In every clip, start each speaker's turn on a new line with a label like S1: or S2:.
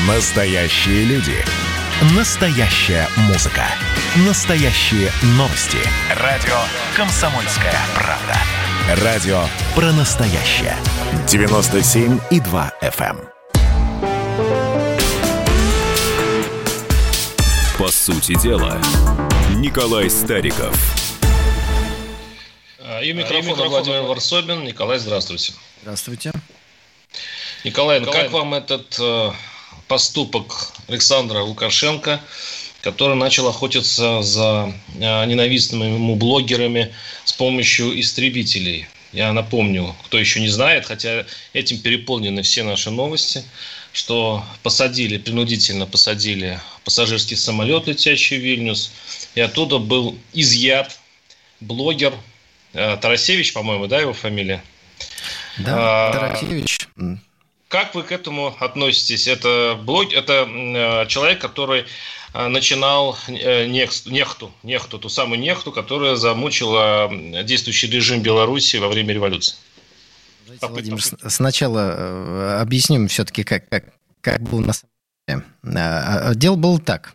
S1: Настоящие люди. Настоящая музыка. Настоящие новости. Радио «Комсомольская правда». Радио про настоящее. 97,2 FM.
S2: По сути дела, Николай Стариков.
S3: И микрофон Владимир Варсобин. Николай, здравствуйте.
S4: Здравствуйте.
S3: Николай, как вам этот поступок Александра Лукашенко, который начал охотиться за ненавистными ему блогерами с помощью истребителей? Я напомню, кто еще не знает, хотя этим переполнены все наши новости, что принудительно посадили пассажирский самолет, летящий в Вильнюс, и оттуда был изъят блогер Тарасевич, по-моему, да, его фамилия?
S4: Да, Тарасевич.
S3: Как вы к этому относитесь? Это человек, который начинал нехту, ту самую нехту, которая замучила действующий режим Беларуси во время революции.
S4: Владимир, сначала объясним все-таки, как было на самом деле. Дело было так.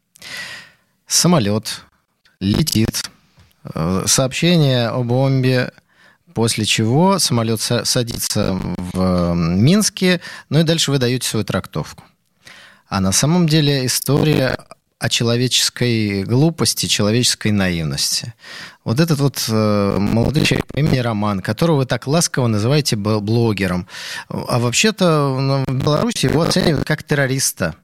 S4: Самолет летит, сообщение о бомбе, после чего самолет садится в Минске, ну и дальше вы даете свою трактовку. А на самом деле история о человеческой глупости, человеческой наивности. Вот этот вот молодой человек по имени Роман, которого вы так ласково называете блогером, а вообще-то в Беларуси его оценивают как террориста.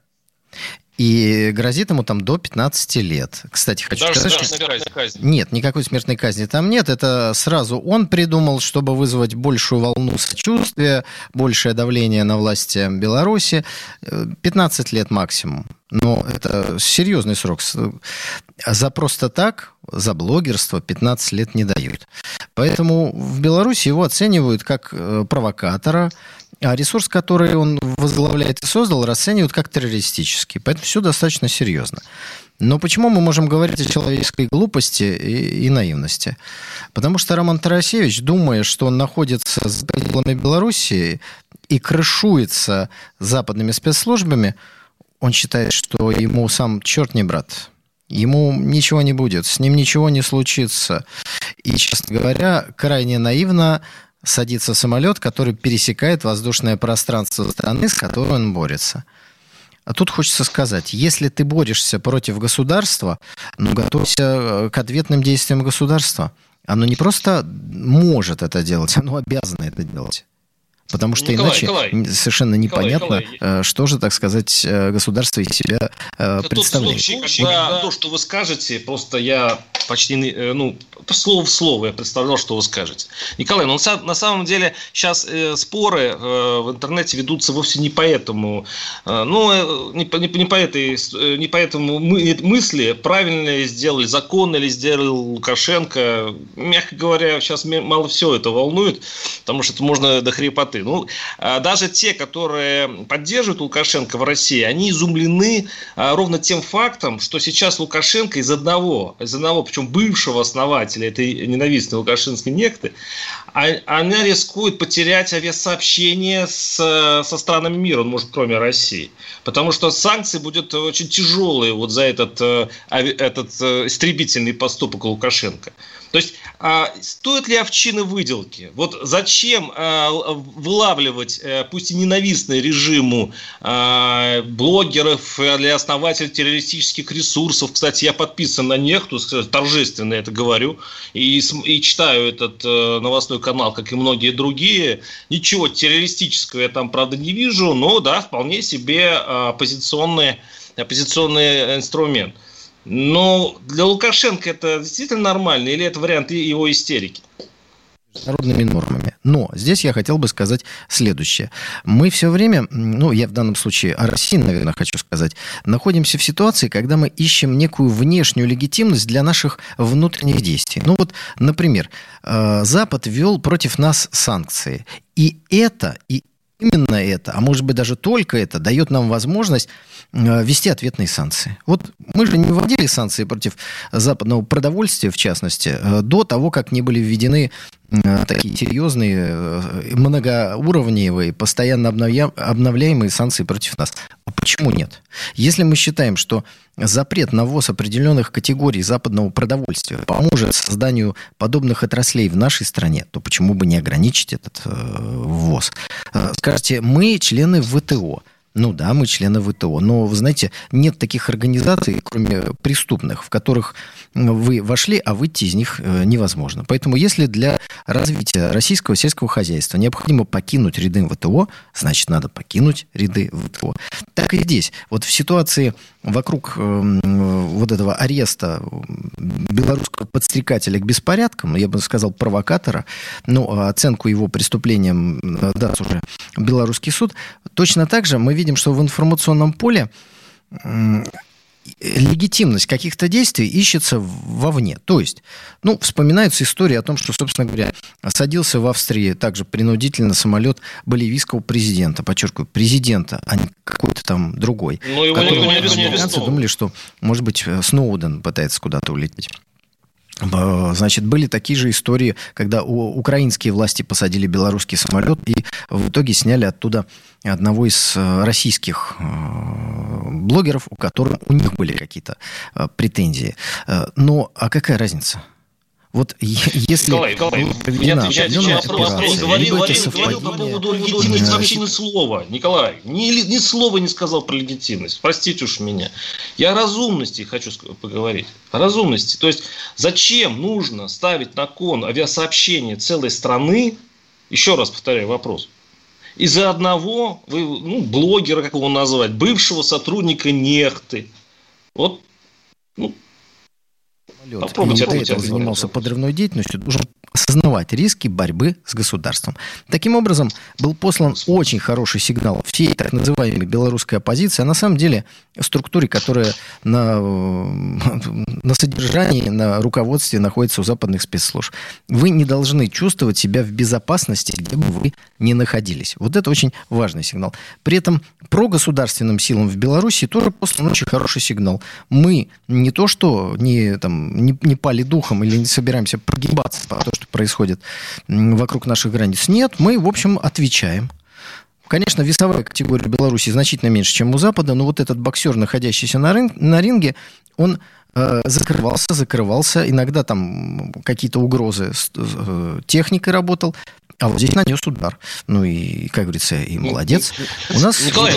S4: И грозит ему там до 15 лет. Кстати, хочу сказать, что... Нет, никакой смертной казни там нет. Это сразу он придумал, чтобы вызвать большую волну сочувствия, большее давление на власти Беларуси. 15 лет максимум. Но это серьезный срок. За просто так, за блогерство 15 лет не дают. Поэтому в Беларуси его оценивают как провокатора, а ресурс, который он возглавляет и создал, расценивают как террористический. Поэтому все достаточно серьезно. Но почему мы можем говорить о человеческой глупости и наивности? Потому что Роман Тарасевич, думая, что он находится за пределами Беларуси и крышуется западными спецслужбами, он считает, что ему сам черт не брат. Ему ничего не будет, с ним ничего не случится. И, честно говоря, крайне наивно садится в самолет, который пересекает воздушное пространство страны, с которой он борется. А тут хочется сказать, если ты борешься против государства, готовься к ответным действиям государства. Оно не просто может это делать, оно обязано это делать. Потому что иначе совершенно непонятно, что же, так сказать, государство из себя представляет.
S3: То, что вы скажете, просто я почти, слово в слово я представлял, что вы скажете. Николай, на самом деле сейчас споры в интернете ведутся вовсе не по этому, не по этому мысли, правильно ли сделали, законно ли сделал Лукашенко. Мягко говоря, сейчас мало всего это волнует, потому что это можно до хрипоты. Даже те, которые поддерживают Лукашенко в России, они изумлены ровно тем фактом, что сейчас Лукашенко из одного, причем бывшего основателя этой ненавистной лукашенской нехты, она рискует потерять авиасообщение со странами мира, может, кроме России. Потому что санкции будут очень тяжелые вот за этот истребительный поступок Лукашенко. То есть, стоит ли овчины выделки? Вот зачем вылавливать, пусть и ненавистные режиму, блогеров или основателей террористических ресурсов? Кстати, я подписан на нехту, торжественно это говорю, и читаю этот новостной канал, как и многие другие. Ничего террористического я там, правда, не вижу, но да, вполне себе оппозиционный инструмент. Но для Лукашенко это действительно нормально или это вариант его истерики?
S4: Международными нормами. Но здесь я хотел бы сказать следующее. Мы все время, я в данном случае о России, наверное, хочу сказать, находимся в ситуации, когда мы ищем некую внешнюю легитимность для наших внутренних действий. Например, Запад ввел против нас санкции. И именно это, а может быть даже только это, дает нам возможность ввести ответные санкции. Вот мы же не вводили санкции против западного продовольствия, в частности, до того, как не были введены такие серьезные, многоуровневые, постоянно обновляемые санкции против нас. А почему нет? Если мы считаем, что запрет на ввоз определенных категорий западного продовольствия поможет созданию подобных отраслей в нашей стране, то почему бы не ограничить этот ввоз? Скажете, мы члены ВТО. Ну да, мы члены ВТО, но, вы знаете, нет таких организаций, кроме преступных, в которых вы вошли, а выйти из них невозможно. Поэтому если для развития российского сельского хозяйства необходимо покинуть ряды ВТО, значит, надо покинуть ряды ВТО. Так и здесь. Вот в ситуации вокруг вот этого ареста белорусского подстрекателя к беспорядкам, я бы сказал, провокатора, но оценку его преступлениям даст уже белорусский суд, точно так же мы видим, что в информационном поле легитимность каких-то действий ищется вовне. То есть, вспоминаются истории о том, что, собственно говоря, садился в Австрии также принудительно самолет боливийского президента, подчеркиваю, президента, а не какой-то там другой.
S3: Но его никто не арестовал.
S4: Американцы думали, что, может быть, Сноуден пытается куда-то улететь. Значит, были такие же истории, когда украинские власти посадили белорусский самолет и в итоге сняли оттуда одного из российских блогеров, у них были какие-то претензии. Но, а какая разница? Вот если проведена определенная операция, либо это совпадение...
S3: По поводу легитимности вообще ни слова. Николай, ни слова не сказал про легитимность. Простите уж меня. Я о разумности хочу поговорить. О разумности. То есть, зачем нужно ставить на кон авиасообщение целой страны? Еще раз повторяю вопрос. Из-за одного, блогера, как его назвать, бывшего сотрудника Нехты. Вот,
S4: Попробуйте до этого занимался подрывной деятельностью, должен осознавать риски борьбы с государством. Таким образом, был послан очень хороший сигнал всей так называемой белорусской оппозиции, а на самом деле структуре, которая на содержании, на руководстве находится у западных спецслужб. Вы не должны чувствовать себя в безопасности, где бы вы ни находились. Вот это очень важный сигнал. При этом прогосударственным силам в Беларуси тоже послан очень хороший сигнал. Мы не то что не пали духом или не собираемся прогибаться по тому, что происходит вокруг наших границ. Нет, мы, в общем, отвечаем. Конечно, весовая категория Беларуси значительно меньше, чем у Запада, но вот этот боксер, находящийся на ринге, он закрывался. Иногда там какие-то угрозы с техникой работал, а вот здесь нанес удар. Ну и, как говорится, и молодец. У нас...
S3: Николай,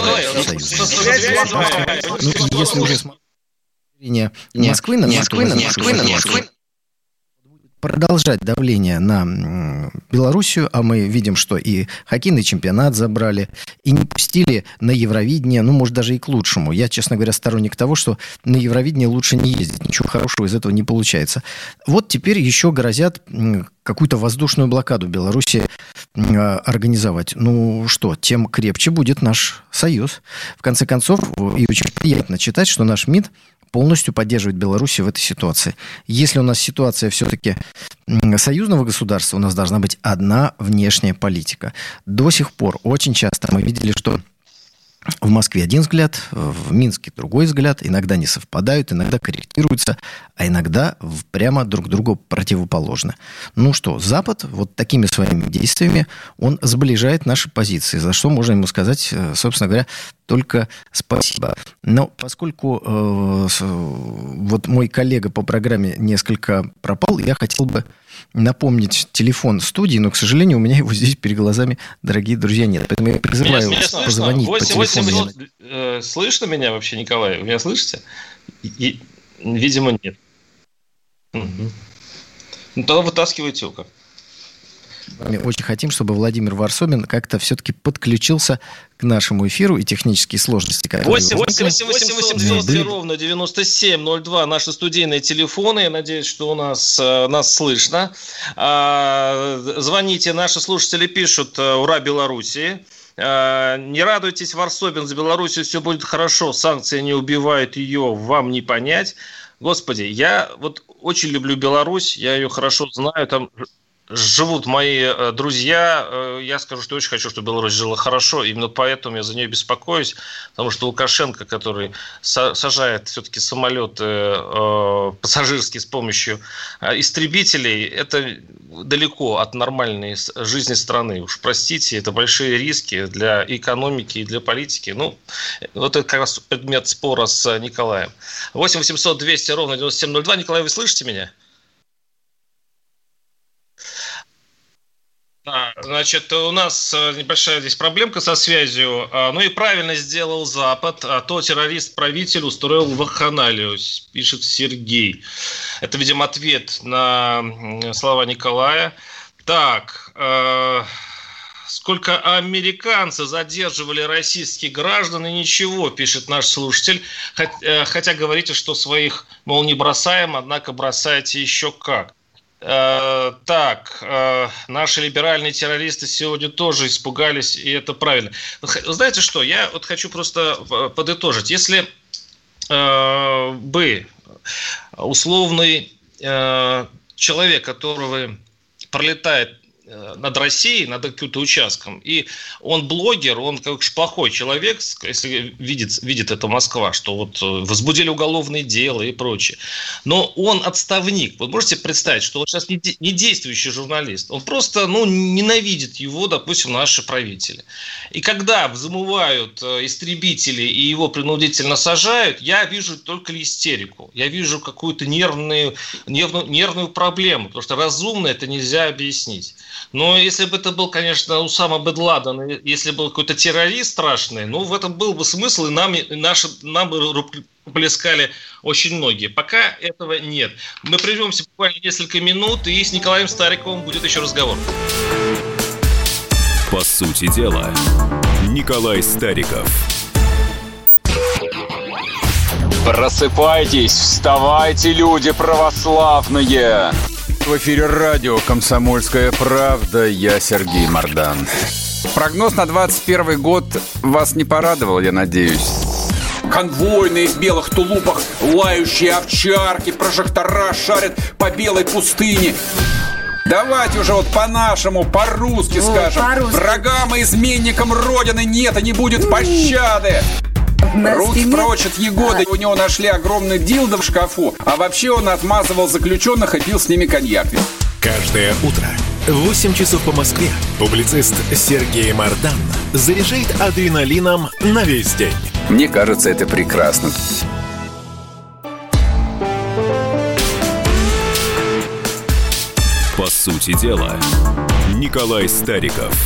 S4: если уже смотреть Москвы, продолжать давление на Белоруссию, а мы видим, что и хоккейный чемпионат забрали, и не пустили на Евровидение, может, даже и к лучшему. Я, честно говоря, сторонник того, что на Евровидение лучше не ездить, ничего хорошего из этого не получается. Вот теперь еще грозят какую-то воздушную блокаду Беларуси организовать. Тем крепче будет наш союз. В конце концов, и очень приятно читать, что наш МИД полностью поддерживает Беларусь в этой ситуации. Если у нас ситуация все-таки союзного государства, у нас должна быть одна внешняя политика. До сих пор очень часто мы видели, что в Москве один взгляд, в Минске другой взгляд, иногда не совпадают, иногда корректируются, а иногда прямо друг другу противоположны. Запад вот такими своими действиями, он сближает наши позиции, за что можно ему сказать, собственно говоря, только спасибо. Но поскольку вот мой коллега по программе несколько пропал, я хотел бы напомнить телефон студии, но, к сожалению, у меня его здесь перед глазами, дорогие друзья, нет. Поэтому я призываю вас позвонить по телефону.
S3: Слышно меня вообще, Николай? Вы меня слышите? Видимо, нет. Тогда вытаскивайте его.
S4: Мы очень хотим, чтобы Владимир Варсобин как-то все-таки подключился к нашему эфиру, и технические сложности, которые...
S3: 8 ровно 9702 наши студийные телефоны. Я надеюсь, что нас слышно. Звоните, наши слушатели пишут: «Ура, Белоруссии!» Не радуйтесь, Варсобин, за Белоруссию все будет хорошо, санкции не убивают ее, вам не понять. Господи, я вот очень люблю Беларусь, я ее хорошо знаю, там живут мои друзья, я скажу, что очень хочу, чтобы Беларусь жила хорошо. Именно поэтому я за нее беспокоюсь. Потому что Лукашенко, который сажает все-таки самолеты пассажирские с помощью истребителей, это далеко от нормальной жизни страны. Уж простите, это большие риски для экономики и для политики. Ну, вот это как раз предмет спора с Николаем. 8 800 200 ровно 9702. Николай, вы слышите меня? Значит, у нас небольшая здесь проблемка со связью. Ну и правильно сделал Запад, а то террорист-правитель устроил вакханалию, пишет Сергей. Это, видимо, ответ на слова Николая. Так, сколько американцев задерживали российских граждан, и ничего, пишет наш слушатель. Хотя говорите, что своих, мол, не бросаем, однако бросаете еще как. Так, наши либеральные террористы сегодня тоже испугались, и это правильно. Знаете что, я вот хочу просто подытожить. Если бы условный человек, который пролетает над Россией, над каким-то участком, и он блогер, он как плохой человек, если видит это Москва, что вот возбудили уголовное дело и прочее. Но он отставник. Вот можете представить, что он сейчас не действующий журналист, он просто ненавидит его, допустим, наши правители. И когда взмывают истребители и его принудительно сажают, я вижу только истерику, я вижу какую-то нервную проблему, потому что разумно это нельзя объяснить. Но если бы это был, конечно, Усама бен Ладен, если был какой-то террорист страшный, в этом был бы смысл, и нам бы плескали очень многие. Пока этого нет. Мы прервемся буквально несколько минут, и с Николаем Стариковым будет еще разговор.
S2: По сути дела, Николай Стариков.
S5: Просыпайтесь, вставайте, люди православные! В эфире радио «Комсомольская правда». Я Сергей Мордан. Прогноз на 21 год вас не порадовал, я надеюсь. Конвойные в белых тулупах, лающие овчарки, прожектора шарят по белой пустыне. Давайте уже вот по-нашему, по-русски скажем. По-русски. Врагам и изменникам Родины нет и не будет пощады. Руки прочь от Егоды. У него нашли огромный дилдо в шкафу. А вообще он отмазывал заключенных и пил с ними коньяк.
S1: Каждое утро в 8 часов по Москве публицист Сергей Мордан заряжает адреналином на весь день.
S5: Мне кажется, это прекрасно.
S2: По сути дела, Николай Стариков.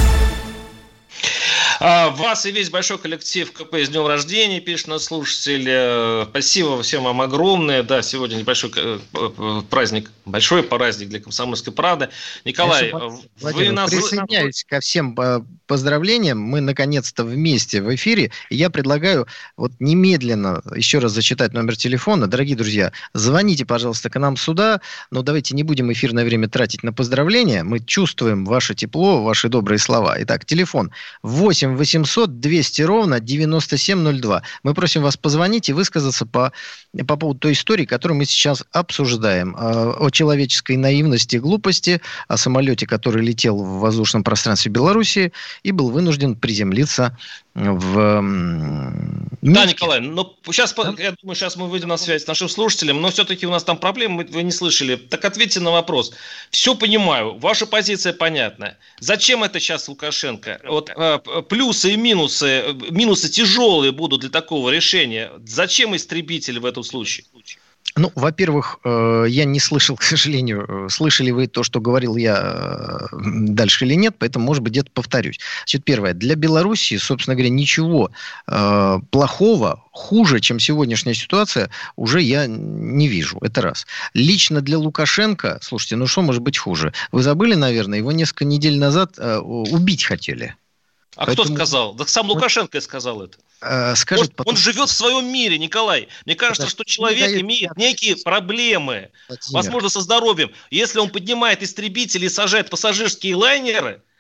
S3: Вас и весь большой коллектив КП с днем рождения, пишет наш слушатель. Спасибо всем вам огромное. Да, сегодня небольшой праздник, большой праздник для «Комсомольской правды». Николай, вы нас...
S4: Присоединяюсь ко всем поздравлениям. Мы наконец-то вместе в эфире. И я предлагаю вот немедленно еще раз зачитать номер телефона. Дорогие друзья, звоните, пожалуйста, к нам сюда. Но давайте не будем эфирное время тратить на поздравления. Мы чувствуем ваше тепло, ваши добрые слова. Итак, телефон 8 800 200 ровно 9702. Мы просим вас позвонить и высказаться по поводу той истории, которую мы сейчас обсуждаем. О человеческой наивности и глупости, о самолете, который летел в воздушном пространстве Белоруссии и был вынужден приземлиться в Минске.
S3: Да, Николай, но сейчас, я думаю, сейчас мы выйдем на связь с нашим слушателем, но все-таки у нас там проблемы, вы не слышали. Так ответьте на вопрос. Все понимаю, ваша позиция понятна. Зачем это сейчас Лукашенко? Вот плюсы и минусы тяжелые будут для такого решения. Зачем истребители в этом случае?
S4: Ну, во-первых, я не слышал, к сожалению, слышали вы то, что говорил я дальше или нет, поэтому, может быть, где-то повторюсь. Значит, первое. Для Белоруссии, собственно говоря, ничего плохого, хуже, чем сегодняшняя ситуация, уже я не вижу. Это раз. Лично для Лукашенко, слушайте, что может быть хуже? Вы забыли, наверное, его несколько недель назад убить хотели.
S3: А поэтому... кто сказал? Да сам Лукашенко сказал это.
S4: Скажет,
S3: он живет в своем мире, Николай. Мне кажется, что человек имеет некие проблемы, возможно, со здоровьем. Если он поднимает истребители и сажает пассажирские лайнеры,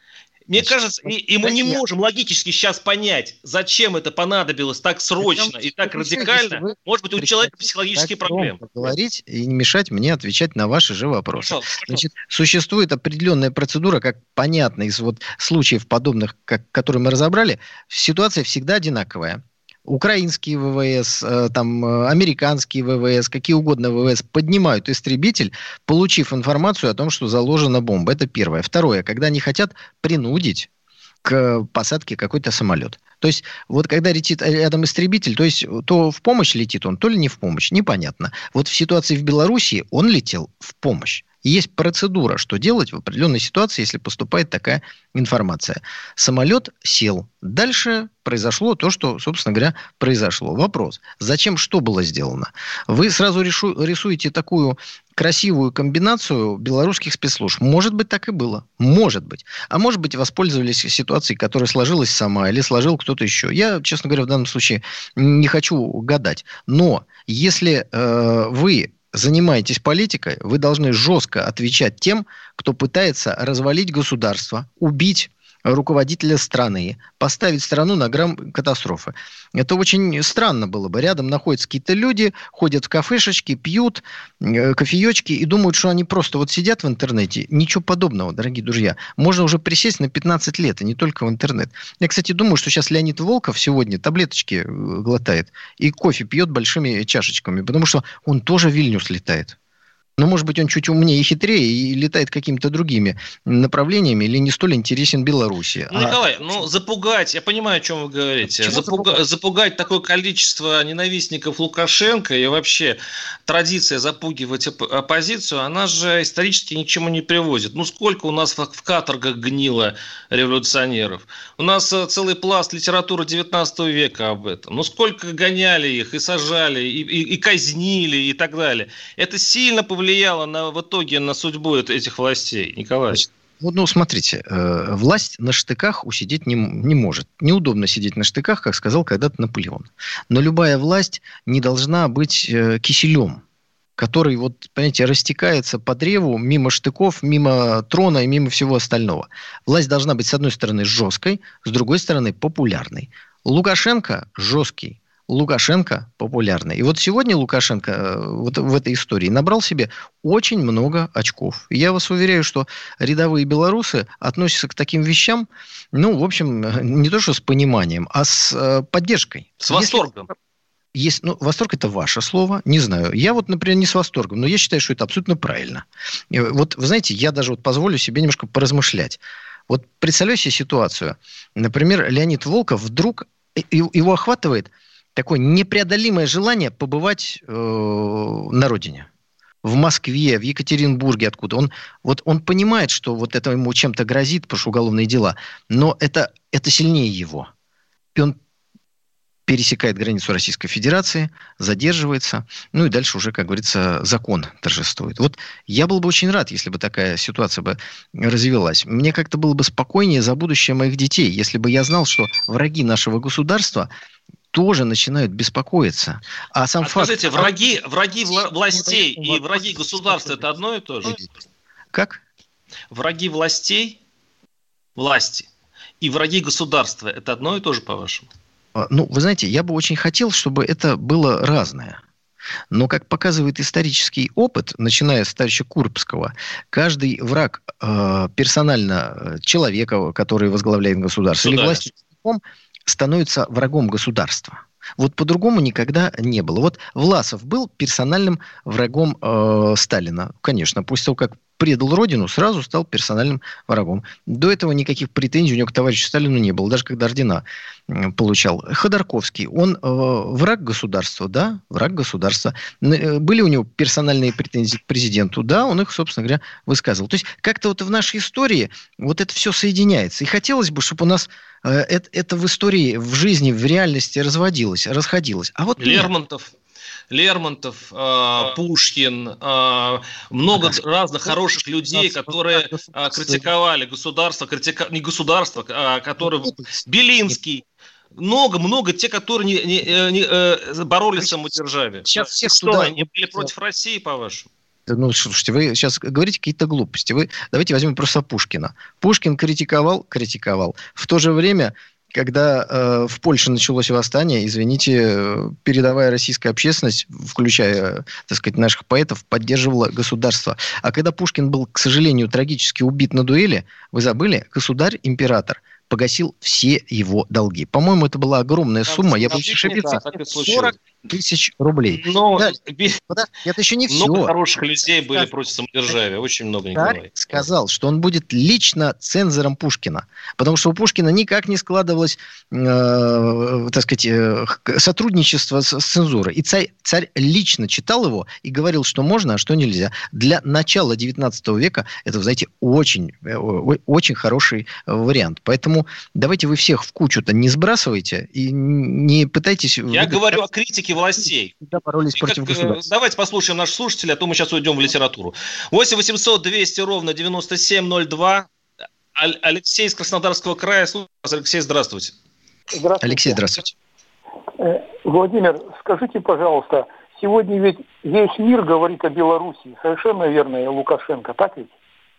S3: Мне кажется, и мы не можем логически сейчас понять, зачем это понадобилось так срочно и так радикально. Может быть, у человека психологические проблемы.
S4: Говорить и не мешать мне отвечать на ваши же вопросы. Значит, существует определенная процедура, как понятно из вот случаев подобных, которые мы разобрали, ситуация всегда одинаковая. Украинские ВВС, там, американские ВВС, какие угодно ВВС поднимают истребитель, получив информацию о том, что заложена бомба. Это первое. Второе, когда они хотят принудить к посадке какой-то самолет. То есть, вот когда летит рядом истребитель, то есть, то в помощь летит он, то ли не в помощь, непонятно. Вот в ситуации в Белоруссии он летел в помощь. И есть процедура, что делать в определенной ситуации, если поступает такая информация. Самолет сел. Дальше произошло то, что, собственно говоря, произошло. Вопрос. Зачем что было сделано? Вы сразу рисуете такую красивую комбинацию белорусских спецслужб. Может быть, так и было. Может быть. А может быть, воспользовались ситуацией, которая сложилась сама или сложил кто-то еще. Я, честно говоря, в данном случае не хочу гадать. Но если вы занимаетесь политикой, вы должны жестко отвечать тем, кто пытается развалить государство, убить руководителя страны, поставить страну на грань катастрофы. Это очень странно было бы. Рядом находятся какие-то люди, ходят в кафешечки, пьют кофеечки и думают, что они просто вот сидят в интернете. Ничего подобного, дорогие друзья. Можно уже присесть на 15 лет, и не только в интернет. Я, кстати, думаю, что сейчас Леонид Волков сегодня таблеточки глотает и кофе пьет большими чашечками, потому что он тоже в Вильнюс летает. Но, может быть, он чуть умнее и хитрее и летает какими-то другими направлениями или не столь интересен Беларуси.
S3: Николай, запугать, я понимаю, о чем вы говорите. Запугать такое количество ненавистников Лукашенко и вообще традиция запугивать оппозицию, она же исторически ни к чему не приводит. Сколько у нас в каторгах гнило революционеров. У нас целый пласт литературы 19 века об этом. Сколько гоняли их и сажали, и казнили и так далее. Это сильно повлияло в итоге на судьбу этих властей, Николай?
S4: Смотрите, власть на штыках усидеть не может. Неудобно сидеть на штыках, как сказал когда-то Наполеон. Но любая власть не должна быть киселем, который, понимаете, растекается по древу мимо штыков, мимо трона и мимо всего остального. Власть должна быть, с одной стороны, жесткой, с другой стороны, популярной. Лукашенко жесткий. Лукашенко популярный. И сегодня Лукашенко в этой истории набрал себе очень много очков. И я вас уверяю, что рядовые белорусы относятся к таким вещам, в общем, не то что с пониманием, а с поддержкой.
S3: С восторгом.
S4: Восторг – это ваше слово, не знаю. Я например, не с восторгом, но я считаю, что это абсолютно правильно. Вы знаете, я даже позволю себе немножко поразмышлять. Представляю себе ситуацию. Например, Леонид Волков вдруг, его охватывает такое непреодолимое желание побывать на родине. В Москве, в Екатеринбурге, откуда. Он понимает, что это ему чем-то грозит, потому что уголовные дела, но это сильнее его. И он пересекает границу Российской Федерации, задерживается, и дальше уже, как говорится, закон торжествует. Я был бы очень рад, если бы такая ситуация бы развилась. Мне как-то было бы спокойнее за будущее моих детей, если бы я знал, что враги нашего государства тоже начинают беспокоиться. А сам факт...
S3: Скажите, враги властей и враги государства – это одно и то же?
S4: Как?
S3: Враги власти и враги государства – это одно и то же, по-вашему?
S4: Вы знаете, я бы очень хотел, чтобы это было разное. Но, как показывает исторический опыт, начиная с товарища Курбского, каждый враг персонально человека, который возглавляет государство, или власть становится врагом государства. По-другому никогда не было. Власов был персональным врагом Сталина. Конечно, после того, как предал родину, сразу стал персональным врагом. До этого никаких претензий у него к товарищу Сталину не было, даже когда ордена получал. Ходорковский, он враг государства, да, враг государства. Были у него персональные претензии к президенту, да, он их, собственно говоря, высказывал. То есть как-то в нашей истории это все соединяется. И хотелось бы, чтобы у нас это в истории, в жизни, в реальности расходилось. А Лермонтов, Пушкин, много разных хороших людей, которые критиковали государство, которые Белинский. Много те, которые не боролись с самодержавием.
S3: Сейчас все что, они были против России, по-вашему?
S4: Ну, слушайте, вы сейчас говорите какие-то глупости. Давайте возьмем просто Пушкина. Пушкин критиковал. В то же время, когда в Польше началось восстание, извините, передовая российская общественность, включая, так сказать, наших поэтов, поддерживала государство. А когда Пушкин был, к сожалению, трагически убит на дуэли, вы забыли, государь-император погасил все его долги. По-моему, это была огромная сумма. Я боюсь ошибиться. 40 тысяч рублей.
S3: Но
S4: это еще не все.
S3: Много хороших людей были против самодержавия. Очень много, Николай.
S4: Царь сказал, что он будет лично цензором Пушкина. Потому что у Пушкина никак не складывалось, так сказать, сотрудничество с цензурой. И царь лично читал его и говорил, что можно, а что нельзя. Для начала 19 века это, вы знаете, очень, очень хороший вариант. Поэтому давайте вы всех в кучу-то не сбрасывайте и не пытайтесь...
S3: Я говорю о критике властей.
S4: Боролись против государства.
S3: Давайте послушаем наших слушателей, а то мы сейчас уйдем в литературу. 8 800 200 ровно 9702. Алексей из Краснодарского края. Алексей, здравствуйте.
S4: Алексей, здравствуйте.
S6: Владимир, скажите, пожалуйста, сегодня ведь весь мир говорит о Белоруссии. Совершенно верно, Лукашенко, так ведь?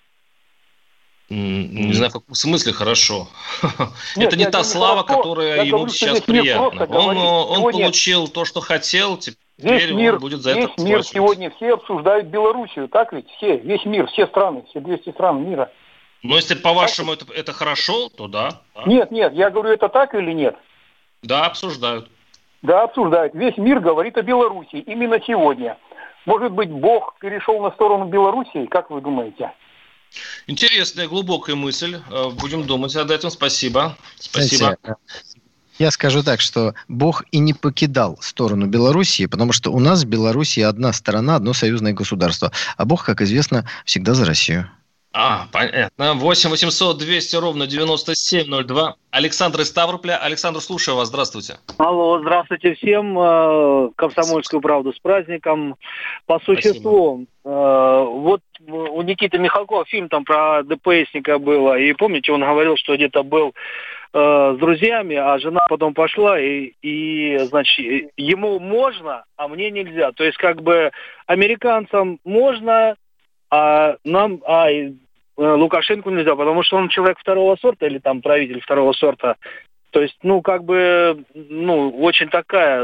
S3: Не знаю, в каком смысле хорошо. Это не та слава, которая ему сейчас приятна. Он получил то, что хотел, теперь он будет за это
S6: платить. Весь мир сегодня все обсуждают Белоруссию, так ведь? Весь мир, все страны, все 200 стран мира.
S3: Но если, по-вашему, это хорошо, то да.
S6: Нет, я говорю, это так или нет?
S3: Да, обсуждают.
S6: Да, обсуждают. Весь мир говорит о Белоруссии именно сегодня. Может быть, Бог перешел на сторону Белоруссии, как вы думаете?
S3: Интересная, глубокая мысль. Будем думать об этом. Спасибо. Спасибо.
S4: Я скажу так, что Бог и не покидал сторону Белоруссии, потому что у нас в Белоруссии одна страна, одно союзное государство. А Бог, как известно, всегда за Россию.
S3: Понятно. 8 800 200 ровно 9702. Александр из Ставрополя. Александр, слушаю вас. Здравствуйте.
S7: Алло, здравствуйте всем. Комсомольскую правду с праздником. По существу, вот у Никиты Михалкова фильм там про ДПСника было. И помните, он говорил, что где-то был с друзьями, а жена потом пошла, и значит, ему можно, а мне нельзя. То есть, как бы, американцам можно, а нам, Лукашенко нельзя, потому что он человек второго сорта или там правитель второго сорта. То есть, очень такая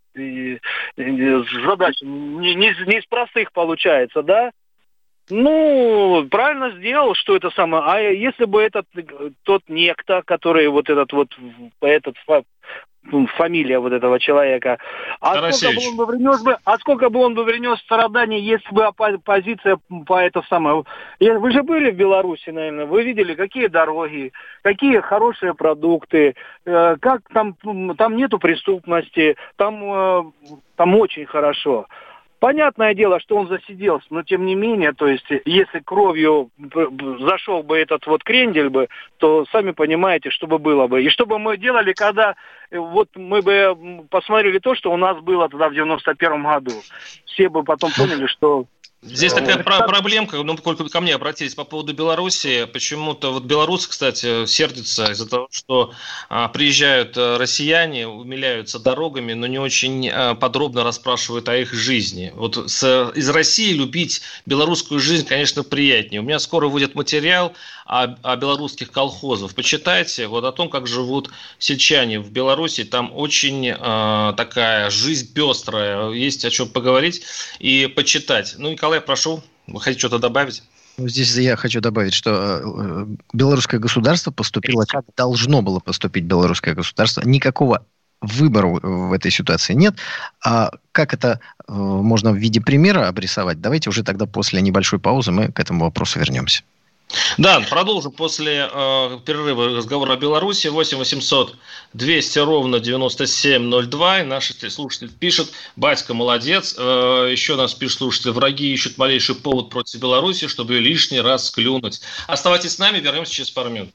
S7: задача не из простых получается, да? Правильно сделал, что это самое. А если бы тот некто, который фамилия вот этого человека. Сколько бы он принес страданий, если бы оппозиция по это самое... Вы же были в Беларуси, наверное, вы видели, какие дороги, какие хорошие продукты, как там нету преступности, там очень хорошо. Понятное дело, что он засиделся, но тем не менее, то есть, если кровью зашел бы этот крендель бы, то сами понимаете, что бы было бы. И что бы мы делали, когда мы бы посмотрели то, что у нас было тогда в 91-м году. Все бы потом поняли, что...
S3: Здесь такая проблемка, только ко мне обратились по поводу Беларуси. Почему-то белорусы, кстати, сердятся из-за того, что приезжают россияне, умиляются дорогами, но не очень подробно расспрашивают о их жизни. Из России любить белорусскую жизнь, конечно, приятнее. У меня скоро выйдет материал о белорусских колхозах. Почитайте о том, как живут сельчане в Беларуси. Там очень такая жизнь пестрая. Есть о чем поговорить и почитать. Николай, прошу, вы хотите что-то добавить?
S4: Здесь я хочу добавить, что белорусское государство поступило, как должно было поступить белорусское государство. Никакого выбора в этой ситуации нет. А как это можно в виде примера обрисовать? Давайте уже тогда после небольшой паузы мы к этому вопросу вернемся.
S3: Да, продолжим после перерыва разговора о Беларуси. 8 800 200 ровно 9702. И наш слушатель пишет: батька молодец. Еще нас пишет слушатель: враги ищут малейший повод против Беларуси, чтобы лишний раз клюнуть. Оставайтесь с нами, вернемся через пару минут.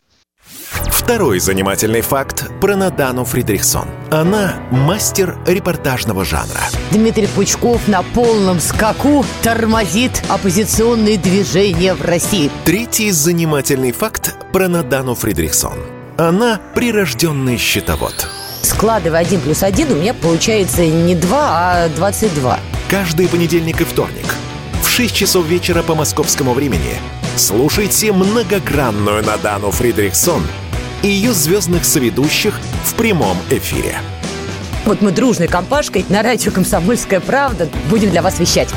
S1: Второй занимательный факт про Надану Фридрихсон. Она мастер репортажного жанра.
S8: Дмитрий Пучков на полном скаку тормозит оппозиционные движения в России.
S1: Третий занимательный факт про Надану Фридрихсон. Она прирожденный счетовод.
S8: Складывая 1 + 1, у меня получается не 2, а 22.
S1: Каждый понедельник и вторник в 6 часов вечера по московскому времени слушайте многогранную Надану Фридрихсон и ее звездных соведущих в прямом эфире.
S8: Вот мы дружной компашкой на радио «Комсомольская правда» будем для вас вещать.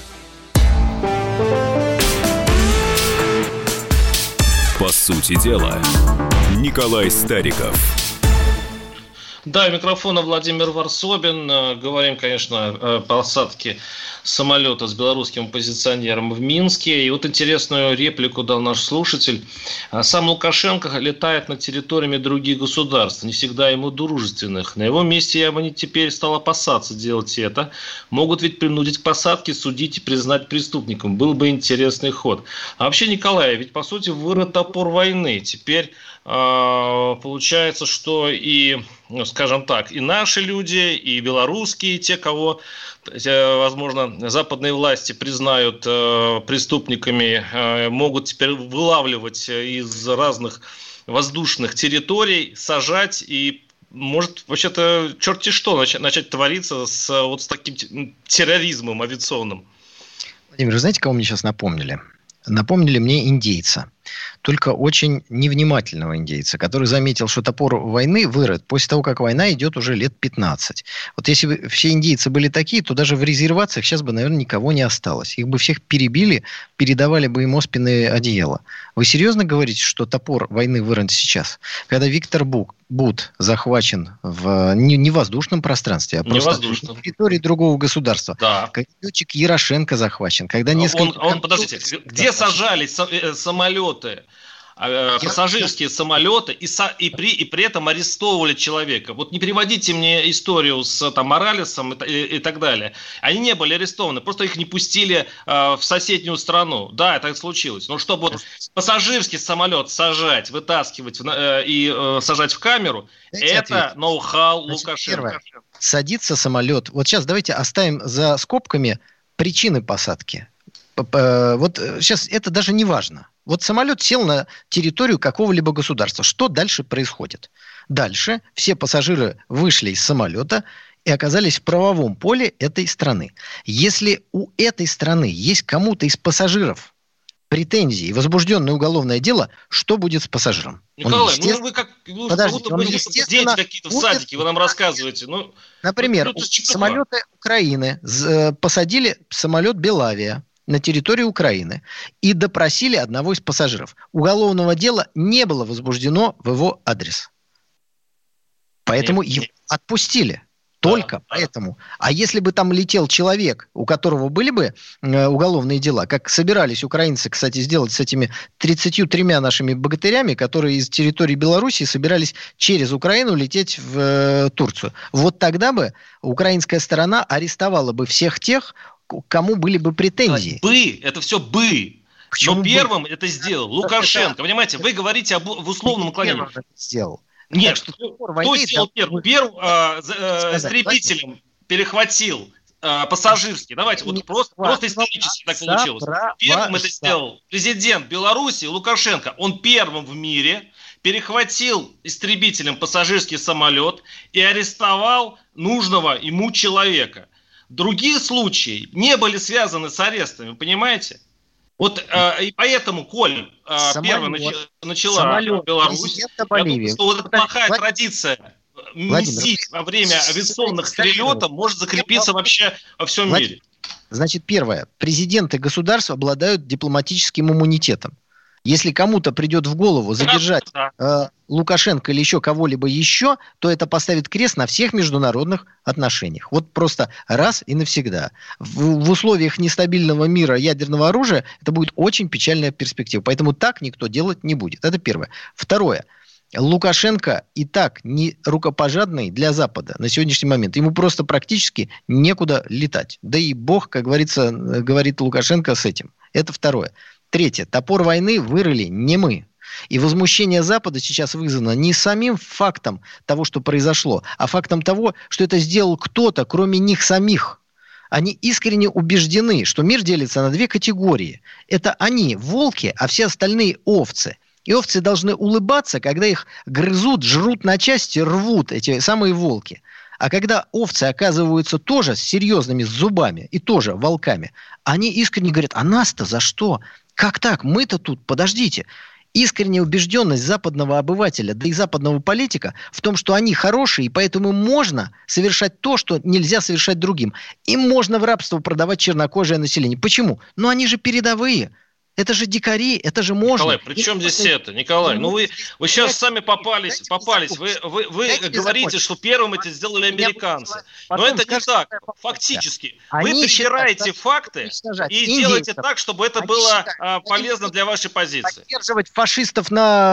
S2: По сути дела, Николай Стариков.
S3: Да, микрофона Владимир Варсобин. Говорим, конечно, о посадке самолета с белорусским оппозиционером в Минске. И вот интересную реплику дал наш слушатель. Сам Лукашенко летает над территориями других государств, не всегда ему дружественных. На его месте я бы не теперь стал опасаться делать это. Могут ведь принудить к посадке, судить и признать преступником. Был бы интересный ход. А вообще, Николай, ведь по сути вырыт топор войны. Теперь получается, что и, скажем так, и наши люди, и белорусские, те, кого, возможно, западные власти признают преступниками, могут теперь вылавливать из разных воздушных территорий, сажать и может вообще-то черти что начать твориться с таким терроризмом авиационным.
S4: Владимир, вы знаете, кого мне сейчас напомнили? Напомнили мне индейца. Только очень невнимательного индейца, который заметил, что топор войны вырыт после того, как война идет уже лет 15. Вот если бы все индейцы были такие, то даже в резервациях сейчас бы, наверное, никого не осталось. Их бы всех перебили, передавали бы им оспенные одеяла. Вы серьезно говорите, что топор войны вырыт сейчас? Когда Виктор Бут захвачен не в воздушном пространстве, а просто на территории другого государства. Да. Когда летчик Ярошенко захвачен, когда несколько...
S3: Подождите, где сажались самолеты? Пассажирские самолеты и при этом арестовывали человека. Вот не приводите мне историю с Моралесом и так далее. Они не были арестованы, просто их не пустили в соседнюю страну. Да, это случилось. Но чтобы вот пассажирский самолет сажать, вытаскивать и сажать в камеру, это ноу-хау Лукашенко.
S4: Садится самолет. Вот сейчас давайте оставим за скобками причины посадки. Вот сейчас это даже не важно. Вот самолет сел на территорию какого-либо государства. Что дальше происходит? Дальше все пассажиры вышли из самолета и оказались в правовом поле этой страны. Если у этой страны есть кому-то из пассажиров претензии и возбужденное уголовное дело, что будет с пассажиром?
S3: Николай, вы как будто бы дети какие-то в садике, вы нам рассказываете.
S4: Например, самолеты Украины посадили самолет Белавия на территории Украины и допросили одного из пассажиров. Уголовного дела не было возбуждено в его адрес. Поэтому его отпустили. Только поэтому. А если бы там летел человек, у которого были бы уголовные дела, как собирались украинцы, кстати, сделать с этими 33 нашими богатырями, которые из территории Беларуси собирались через Украину лететь в Турцию. Вот тогда бы украинская сторона арестовала бы всех тех, кому были бы претензии.
S3: Это все бы. Но первым это сделал Лукашенко. Понимаете, вы говорите об условном уклонении.
S4: Сделал.
S3: Нет, кто сделал первым? Первым истребителем перехватил пассажирский. Давайте, вот просто исторически так получилось. Первым это сделал президент Беларуси Лукашенко. Он первым в мире перехватил истребителем пассажирский самолет и арестовал нужного ему человека. Другие случаи не были связаны с арестами, понимаете? Вот и поэтому, коль первая начала Беларусь, я думаю, что вот эта плохая традиция месить во время авиационных перелетов может закрепиться вообще во всем мире.
S4: Значит, первое. Президенты государств обладают дипломатическим иммунитетом. Если кому-то придет в голову задержать Лукашенко или еще кого-либо еще, то это поставит крест на всех международных отношениях. Вот просто раз и навсегда. В условиях нестабильного мира ядерного оружия это будет очень печальная перспектива. Поэтому так никто делать не будет. Это первое. Второе. Лукашенко и так не рукопожатный для Запада на сегодняшний момент. Ему просто практически некуда летать. Да и Бог, как говорится, говорит Лукашенко с этим. Это второе. Третье. Топор войны вырыли не мы. И возмущение Запада сейчас вызвано не самим фактом того, что произошло, а фактом того, что это сделал кто-то, кроме них самих. Они искренне убеждены, что мир делится на две категории. Это они, волки, а все остальные овцы. И овцы должны улыбаться, когда их грызут, жрут на части, рвут эти самые волки. А когда овцы оказываются тоже с серьезными зубами и тоже волками, они искренне говорят, а нас-то за что? Как так? Мы-то тут, подождите. Искренняя убежденность западного обывателя, да и западного политика в том, что они хорошие, и поэтому им можно совершать то, что нельзя совершать другим. Им можно в рабство продавать чернокожее население. Почему? Ну, они же передовые. Это же дикари, это же можно.
S3: Николай, при чем здесь это? Николай, ну вы сейчас сами попались. Вы говорите, что первым это сделали американцы. Но это не так. Фактически. Вы перебираете факты и делаете так, чтобы это было полезно для вашей позиции.
S4: Поддерживать фашистов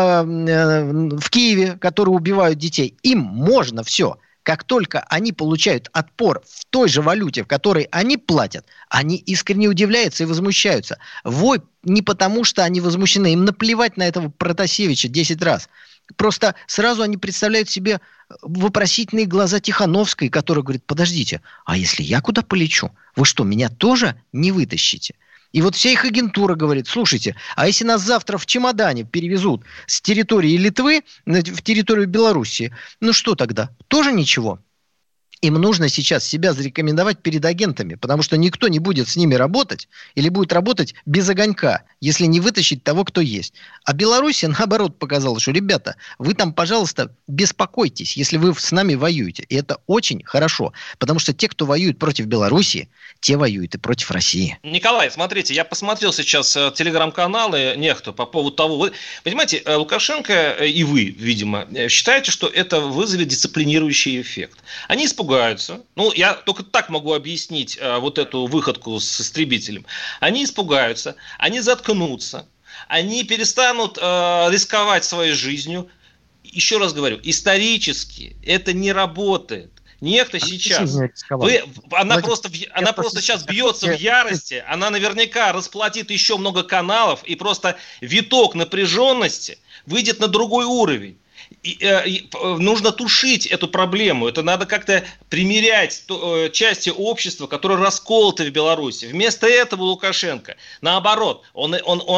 S4: в Киеве, которые убивают детей, им можно все. Как только они получают отпор в той же валюте, в которой они платят, они искренне удивляются и возмущаются. Вой не потому, что они возмущены. Им наплевать на этого Протасевича 10 раз. Просто сразу они представляют себе вопросительные глаза Тихановской, которая говорит, подождите, а если я куда полечу? Вы что, меня тоже не вытащите? И вот вся их агентура говорит, слушайте, а если нас завтра в чемодане перевезут с территории Литвы в территорию Белоруссии, ну что тогда? Тоже ничего. Им нужно сейчас себя зарекомендовать перед агентами, потому что никто не будет с ними работать или будет работать без огонька, если не вытащить того, кто есть. А Белоруссия, наоборот, показала, что, ребята, вы там, пожалуйста, беспокойтесь, если вы с нами воюете. И это очень хорошо, потому что те, кто воюет против Белоруссии, те воюют и против России.
S3: Николай, смотрите, я посмотрел сейчас телеграм-каналы Нехту по поводу того... Вы понимаете, Лукашенко и вы, видимо, считаете, что это вызовет дисциплинирующий эффект. Они испугаются. Ну, я только так могу объяснить вот эту выходку с истребителем. Они испугаются, они заткнутся, они перестанут рисковать своей жизнью. Еще раз говорю, исторически это не работает. Нехта сейчас, она просто сейчас бьется в ярости, она наверняка расплатит еще много каналов, и просто виток напряженности выйдет на другой уровень. И нужно тушить эту проблему. Это надо как-то примирять части общества, которые расколоты в Беларуси. Вместо этого Лукашенко, наоборот, он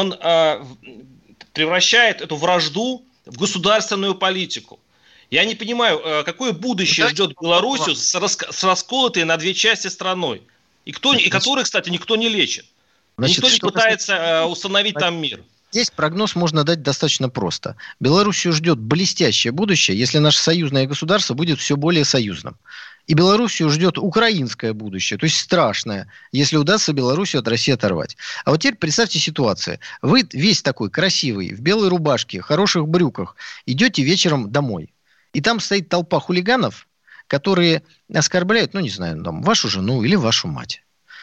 S3: превращает эту вражду в государственную политику. Я не понимаю, какое будущее ждет Белоруссию с расколотой на две части страной, и которые, кстати, никто не лечит. Никто не пытается установить там мир.
S4: Здесь прогноз можно дать достаточно просто. Белоруссию ждет блестящее будущее, если наше союзное государство будет все более союзным. И Белоруссию ждет украинское будущее, то есть страшное, если удастся Белоруссию от России оторвать. А вот теперь представьте ситуацию. Вы весь такой красивый, в белой рубашке, хороших брюках, идете вечером домой. И там стоит толпа хулиганов, которые оскорбляют, ну не знаю, там, вашу жену или вашу мать.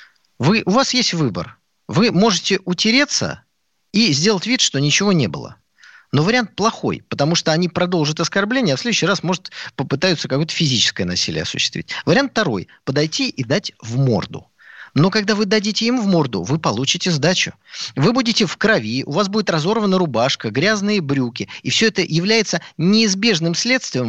S4: У вас есть выбор. Вы можете утереться и сделать вид, что ничего не было. Но вариант плохой, потому что они продолжат оскорбление, а в следующий раз, может, попытаются какое-то физическое насилие осуществить. Вариант второй – подойти и дать в морду. Но когда вы дадите им в морду, вы получите сдачу. Вы будете в крови, у вас будет разорвана рубашка, грязные брюки. И все это является неизбежным следствием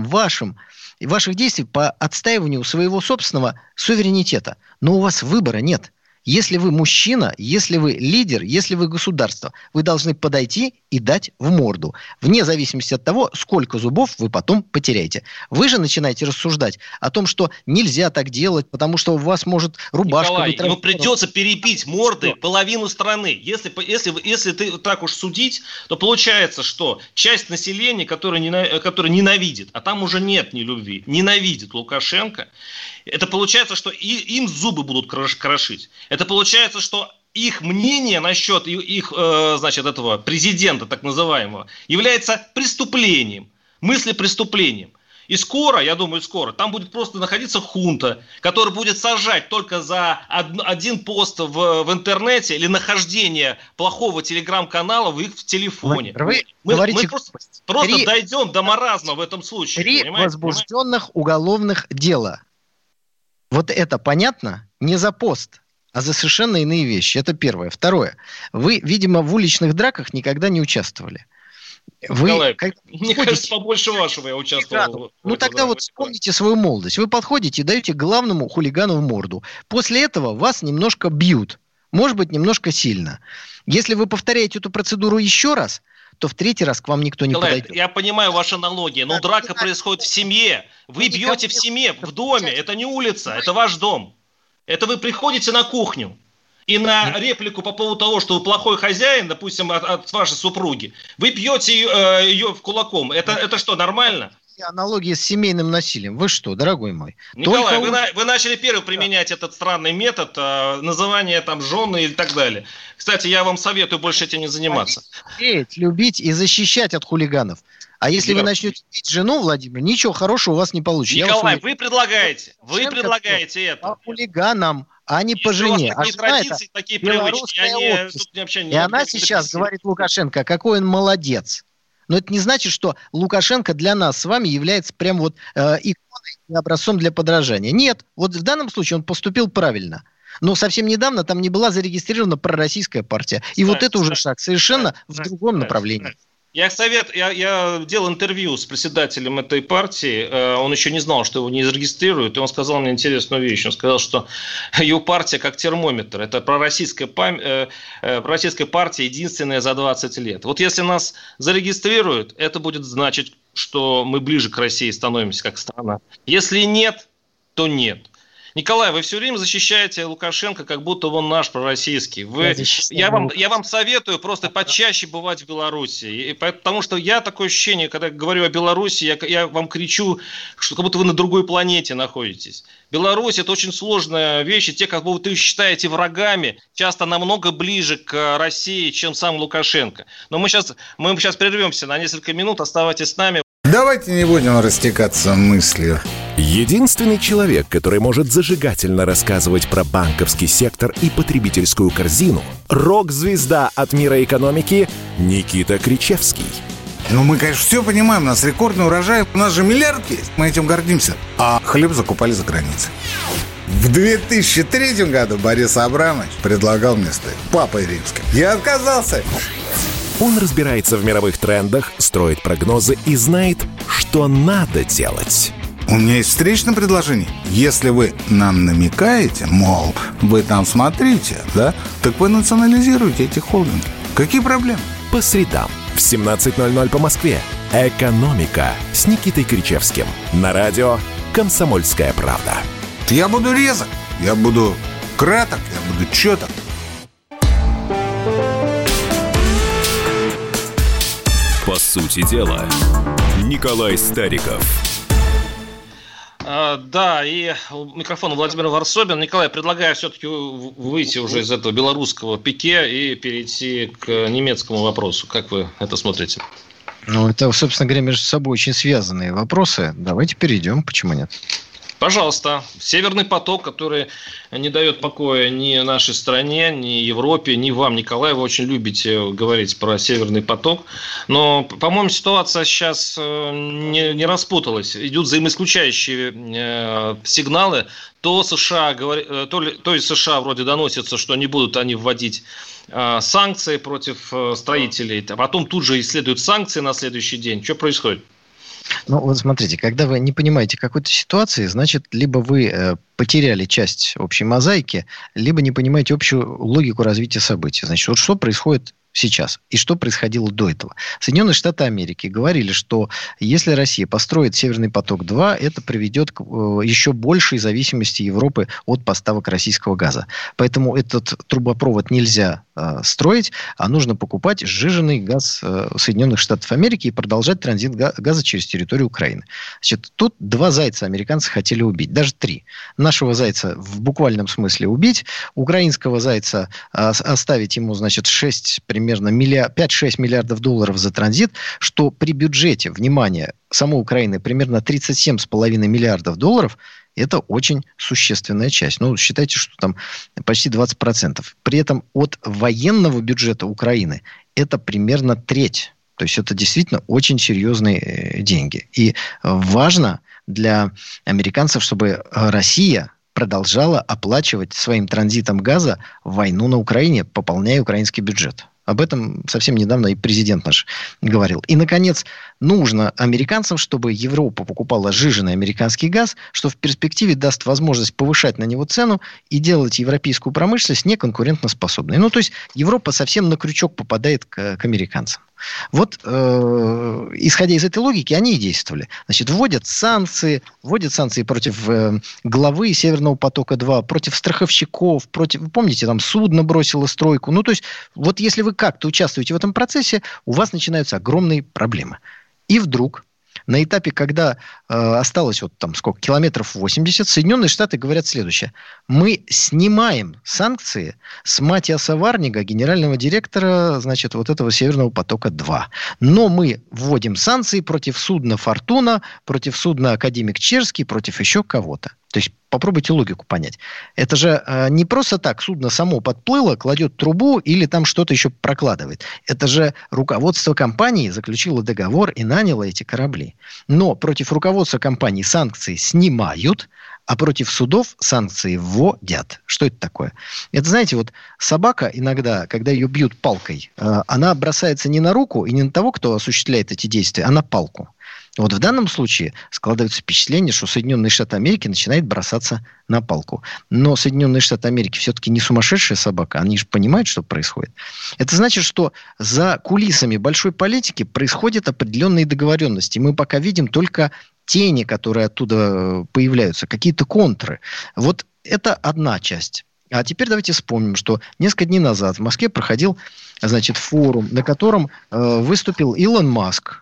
S4: ваших действий по отстаиванию своего собственного суверенитета. Но у вас выбора нет. Если вы мужчина, если вы лидер, если вы государство, вы должны подойти и дать в морду. Вне зависимости от того, сколько зубов вы потом потеряете. Вы же начинаете рассуждать о том, что нельзя так делать, потому что у вас может рубашка...
S3: Николай, ну придется перебить мордой половину страны. Если ты так уж судить, то получается, что часть населения, которая ненавидит, а там уже нет ни любви, ненавидит Лукашенко, это получается, что им зубы будут крошить. Это получается, что их мнение насчет их, значит, этого президента, так называемого, является преступлением, мыслепреступлением. И скоро, я думаю, там будет просто находиться хунта, которая будет сажать только за один пост в интернете или нахождение плохого телеграм-канала в их телефоне. Мы просто дойдем до маразма в этом случае.
S4: 3 возбужденных уголовных дела. Вот это понятно? Не за пост, а за совершенно иные вещи. Это первое. Второе. Вы, видимо, в уличных драках никогда не участвовали.
S3: Николай, мне кажется, побольше вашего я участвовал.
S4: Ну тогда вот вспомните свою молодость. Вы подходите и даете главному хулигану в морду. После этого вас немножко бьют. Может быть, немножко сильно. Если вы повторяете эту процедуру еще раз, то в третий раз к вам никто не подойдет.
S3: Я понимаю ваши аналогии, но драка происходит в семье. Вы бьете в семье, в доме. Это не улица, это ваш дом. Это вы приходите на кухню. И на реплику по поводу того, что вы плохой хозяин, допустим, от вашей супруги, вы бьете ее в кулаком. Это что, нормально?
S4: Аналогии с семейным насилием. Вы что, дорогой мой?
S3: Николай, вы начали первым применять этот странный метод называния там жены и так далее. Кстати, я вам советую больше этим не заниматься.
S4: Любить и защищать от хулиганов. А если вы начнете бить жену, Владимир, ничего хорошего у вас не получится.
S3: Николай, вы предлагаете это.
S4: По хулиганам, а не по жене.
S3: Такие традиции, такие привычки.
S4: И она сейчас говорит Лукашенко, какой он молодец. Но это не значит, что Лукашенко для нас с вами является прям вот иконой и образцом для подражания. Нет, вот в данном случае он поступил правильно. Но совсем недавно там не была зарегистрирована пророссийская партия. И вот это уже шаг совершенно в другом направлении.
S3: Я делал интервью с председателем этой партии, он еще не знал, что его не зарегистрируют, и он сказал мне интересную вещь. Он сказал, что его партия как термометр, это пророссийская партия единственная за 20 лет. Вот если нас зарегистрируют, это будет значить, что мы ближе к России становимся как страна. Если нет, то нет. Николай, вы все время защищаете Лукашенко, как будто он наш пророссийский. Я вам советую просто почаще бывать в Беларуси. Потому что я такое ощущение, когда говорю о Беларуси, я вам кричу, что как будто вы на другой планете находитесь. Беларусь – это очень сложная вещь, и те, кого вы считаете врагами, часто намного ближе к России, чем сам Лукашенко. Но мы сейчас прервемся на несколько минут, оставайтесь с нами.
S9: Давайте не будем растекаться мыслью.
S1: Единственный человек, который может зажигательно рассказывать про банковский сектор и потребительскую корзину – рок-звезда от мира экономики Никита Кричевский.
S9: Мы, конечно, все понимаем, у нас рекордный урожай, у нас же миллиард есть, мы этим гордимся. А хлеб закупали за границей. В 2003 году Борис Абрамович предлагал мне стать папой римским. Я отказался.
S1: Он разбирается в мировых трендах, строит прогнозы и знает, что надо делать.
S9: У меня есть встречное предложение. Если вы нам намекаете, мол, вы там смотрите, да, так вы национализируете эти холдинги. Какие проблемы?
S1: По средам в 17:00 по Москве. «Экономика» с Никитой Кричевским. На радио «Комсомольская правда».
S9: Я буду резок, я буду краток, я буду четок.
S2: По сути дела, Николай Стариков.
S3: Да, и у микрофона Владимир Варсобин. Николай, предлагаю все-таки выйти уже из этого белорусского пике и перейти к немецкому вопросу. Как вы это смотрите?
S4: Это, собственно говоря, между собой очень связанные вопросы. Давайте перейдем, почему нет?
S3: Пожалуйста. Северный поток, который не дает покоя ни нашей стране, ни Европе, ни вам, Николай. Вы очень любите говорить про Северный поток. Но, по-моему, ситуация сейчас не распуталась. Идут взаимоисключающие сигналы. То из США вроде доносится, что не будут они вводить санкции против строителей. А потом тут же исследуют санкции на следующий день. Что происходит?
S4: Вот смотрите, когда вы не понимаете какой-то ситуации, значит, либо вы потеряли часть общей мозаики, либо не понимаете общую логику развития событий. Значит, вот что происходит сейчас и что происходило до этого. Соединенные Штаты Америки говорили, что если Россия построит Северный поток-2, это приведет к еще большей зависимости Европы от поставок российского газа. Поэтому этот трубопровод нельзя строить, а нужно покупать сжиженный газ Соединенных Штатов Америки и продолжать транзит газа через территорию Украины. Значит, тут два зайца американцы хотели убить, даже три. Нашего зайца в буквальном смысле убить, украинского зайца оставить ему, значит, примерно 5-6 миллиардов долларов за транзит, что при бюджете, внимание, самой Украины примерно 37,5 миллиардов долларов, это очень существенная часть. Считайте, что там почти 20%. При этом от военного бюджета Украины это примерно треть. То есть это действительно очень серьезные деньги. И важно для американцев, чтобы Россия продолжала оплачивать своим транзитом газа войну на Украине, пополняя украинский бюджет. Об этом совсем недавно и президент наш говорил. И, наконец, нужно американцам, чтобы Европа покупала сжиженный американский газ, что в перспективе даст возможность повышать на него цену и делать европейскую промышленность неконкурентоспособной. То есть Европа совсем на крючок попадает к американцам. Вот, исходя из этой логики, они и действовали. Значит, вводят санкции против главы Северного потока-2, против страховщиков, вы помните, там судно бросило стройку. Ну, то есть, вот если вы как-то участвуете в этом процессе, у вас начинаются огромные проблемы. И вдруг, на этапе, когда осталось километров 80, Соединенные Штаты говорят следующее. Мы снимаем санкции с Матиаса Варнига, генерального директора, значит, вот этого Северного потока-2. Но мы вводим санкции против судна «Фортуна», против судна «Академик Черский», против еще кого-то. То есть попробуйте логику понять. Это же не просто так судно само подплыло, кладет трубу или там что-то еще прокладывает. Это же руководство компании заключило договор и наняло эти корабли. Но против руководства компании санкции снимают, а против судов санкции вводят. Что это такое? Это, знаете, вот собака иногда, когда ее бьют палкой, она бросается не на руку и не на того, кто осуществляет эти действия, а на палку. Вот в данном случае складывается впечатление, что Соединенные Штаты Америки начинают бросаться на палку. Но Соединенные Штаты Америки все-таки не сумасшедшая собака, они же понимают, что происходит. Это значит, что за кулисами большой политики происходят определенные договоренности. Мы пока видим только тени, которые оттуда появляются, какие-то контры. Вот это одна часть. А теперь давайте вспомним, что несколько дней назад в Москве проходил, значит, форум, на котором выступил Илон Маск,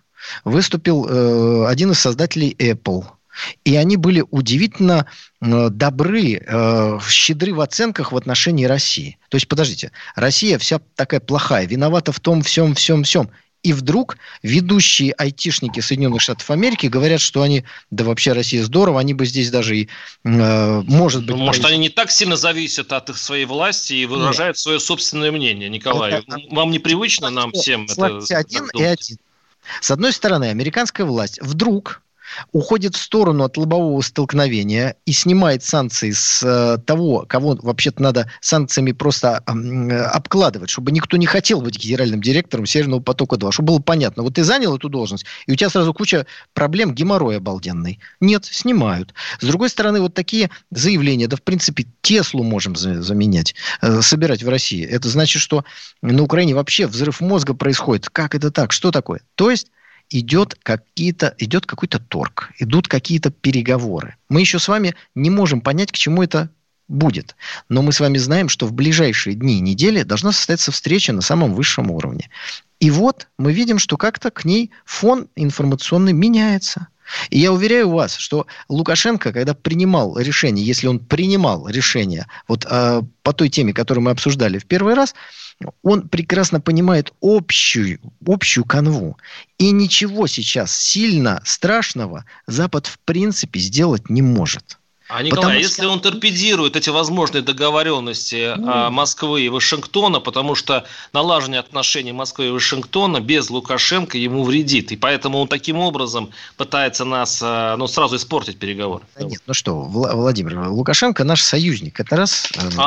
S4: выступил один из создателей Apple. И они были удивительно добры, щедры в оценках в отношении России. То есть, подождите, Россия вся такая плохая, виновата в том, всем. И вдруг ведущие айтишники Соединенных Штатов Америки говорят, что они, да вообще Россия здорово, они бы здесь даже и, может быть...
S3: Может, они не так сильно зависят от их своей власти и выражают свое собственное мнение, Николай. Вам непривычно нам всем это...
S4: Один и один. С одной стороны, американская власть вдруг уходит в сторону от лобового столкновения и снимает санкции с того, кого вообще-то надо санкциями просто обкладывать, чтобы никто не хотел быть генеральным директором Северного потока-2, чтобы было понятно. Вот ты занял эту должность, и у тебя сразу куча проблем, геморрой обалденный. Нет, снимают. С другой стороны, вот такие заявления, да в принципе Теслу можем заменять, собирать в России. Это значит, что на Украине вообще взрыв мозга происходит. Как это так? Что такое? То есть идет какой-то торг, идут какие-то переговоры. Мы еще с вами не можем понять, к чему это будет. Но мы с вами знаем, что в ближайшие дни и недели должна состояться встреча на самом высшем уровне. И вот мы видим, что как-то к ней фон информационный меняется. И я уверяю вас, что Лукашенко, когда принимал решение, если он принимал решение вот по той теме, которую мы обсуждали в первый раз, он прекрасно понимает общую канву. И ничего сейчас сильно страшного Запад в принципе сделать не может.
S3: А, Николай, если он торпедирует эти возможные договоренности Москвы и Вашингтона, потому что налаживание отношений Москвы и Вашингтона без Лукашенко ему вредит. И поэтому он таким образом пытается нас сразу испортить переговоры.
S4: Да нет, ну что, Владимир, Лукашенко наш союзник. Это раз...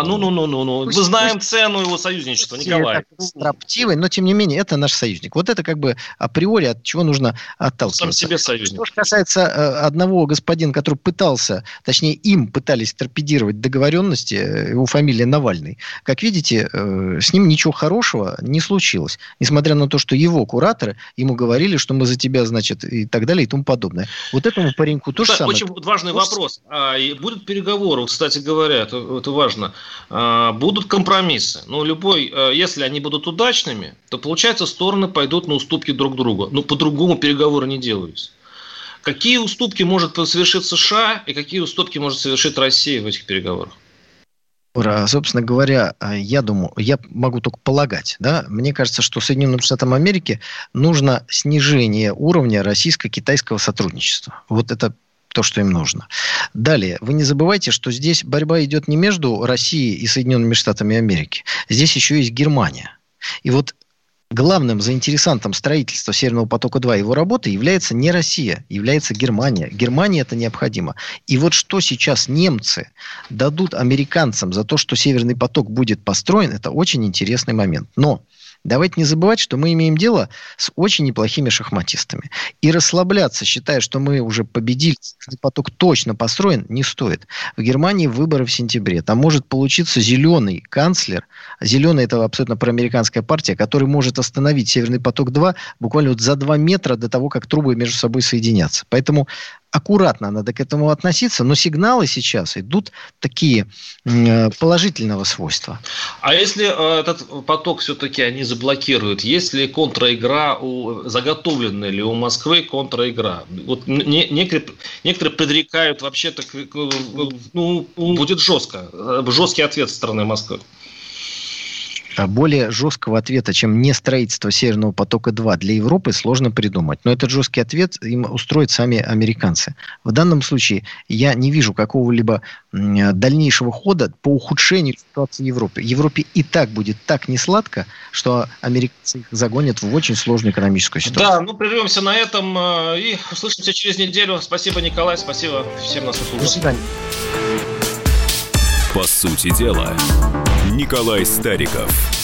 S3: Мы знаем цену его союзничества, Николай.
S4: Строптивый, но тем не менее, это наш союзник. Вот это как бы априори от чего нужно отталкиваться.
S3: Сам себе союзник.
S4: Что касается одного господина, который пытался, точнее, им пытались торпедировать договоренности, его фамилия Навальный. Как видите, с ним ничего хорошего не случилось. Несмотря на то, что его кураторы ему говорили, что мы за тебя, значит, и так далее, и тому подобное. Вот этому пареньку то же самое.
S3: Очень важный вопрос. Будут переговоры, кстати говоря, это важно. Будут компромиссы. Если они будут удачными, то, получается, стороны пойдут на уступки друг другу. Но по-другому переговоры не делаются. Какие уступки может совершить США и какие уступки может совершить Россия в этих переговорах?
S4: Собственно говоря, я думаю, я могу только полагать, да, мне кажется, что Соединенным Штатам Америки нужно снижение уровня российско-китайского сотрудничества. Вот это то, что им нужно. Далее, вы не забывайте, что здесь борьба идет не между Россией и Соединенными Штатами Америки. Здесь еще есть Германия. И вот главным заинтересантом строительства Северного потока-2 и его работы является не Россия, является Германия. Германии это необходимо. И вот что сейчас немцы дадут американцам за то, что Северный поток будет построен, это очень интересный момент. Но давайте не забывать, что мы имеем дело с очень неплохими шахматистами. И расслабляться, считая, что мы уже победили, поток точно построен, не стоит. В Германии выборы в сентябре. Там может получиться зеленый канцлер. Зеленый – это абсолютно проамериканская партия, который может остановить Северный поток-2 буквально вот за 2 метра до того, как трубы между собой соединятся. Поэтому аккуратно надо к этому относиться, но сигналы сейчас идут такие положительного свойства.
S3: А если этот поток все-таки они заблокируют, есть ли контраигра, заготовленная ли у Москвы контраигра? Вот некоторые предрекают вообще, так, будет жесткий ответ со стороны Москвы.
S4: Более жесткого ответа, чем не строительство Северного потока-2 для Европы, сложно придумать. Но этот жесткий ответ им устроят сами американцы. В данном случае я не вижу какого-либо дальнейшего хода по ухудшению ситуации в Европе. Европе и так будет так несладко, что американцы их загонят в очень сложную экономическую ситуацию.
S3: Да, прервемся на этом и услышимся через неделю. Спасибо, Николай, спасибо всем нас услышать.
S4: До свидания.
S2: По сути дела, Николай Стариков.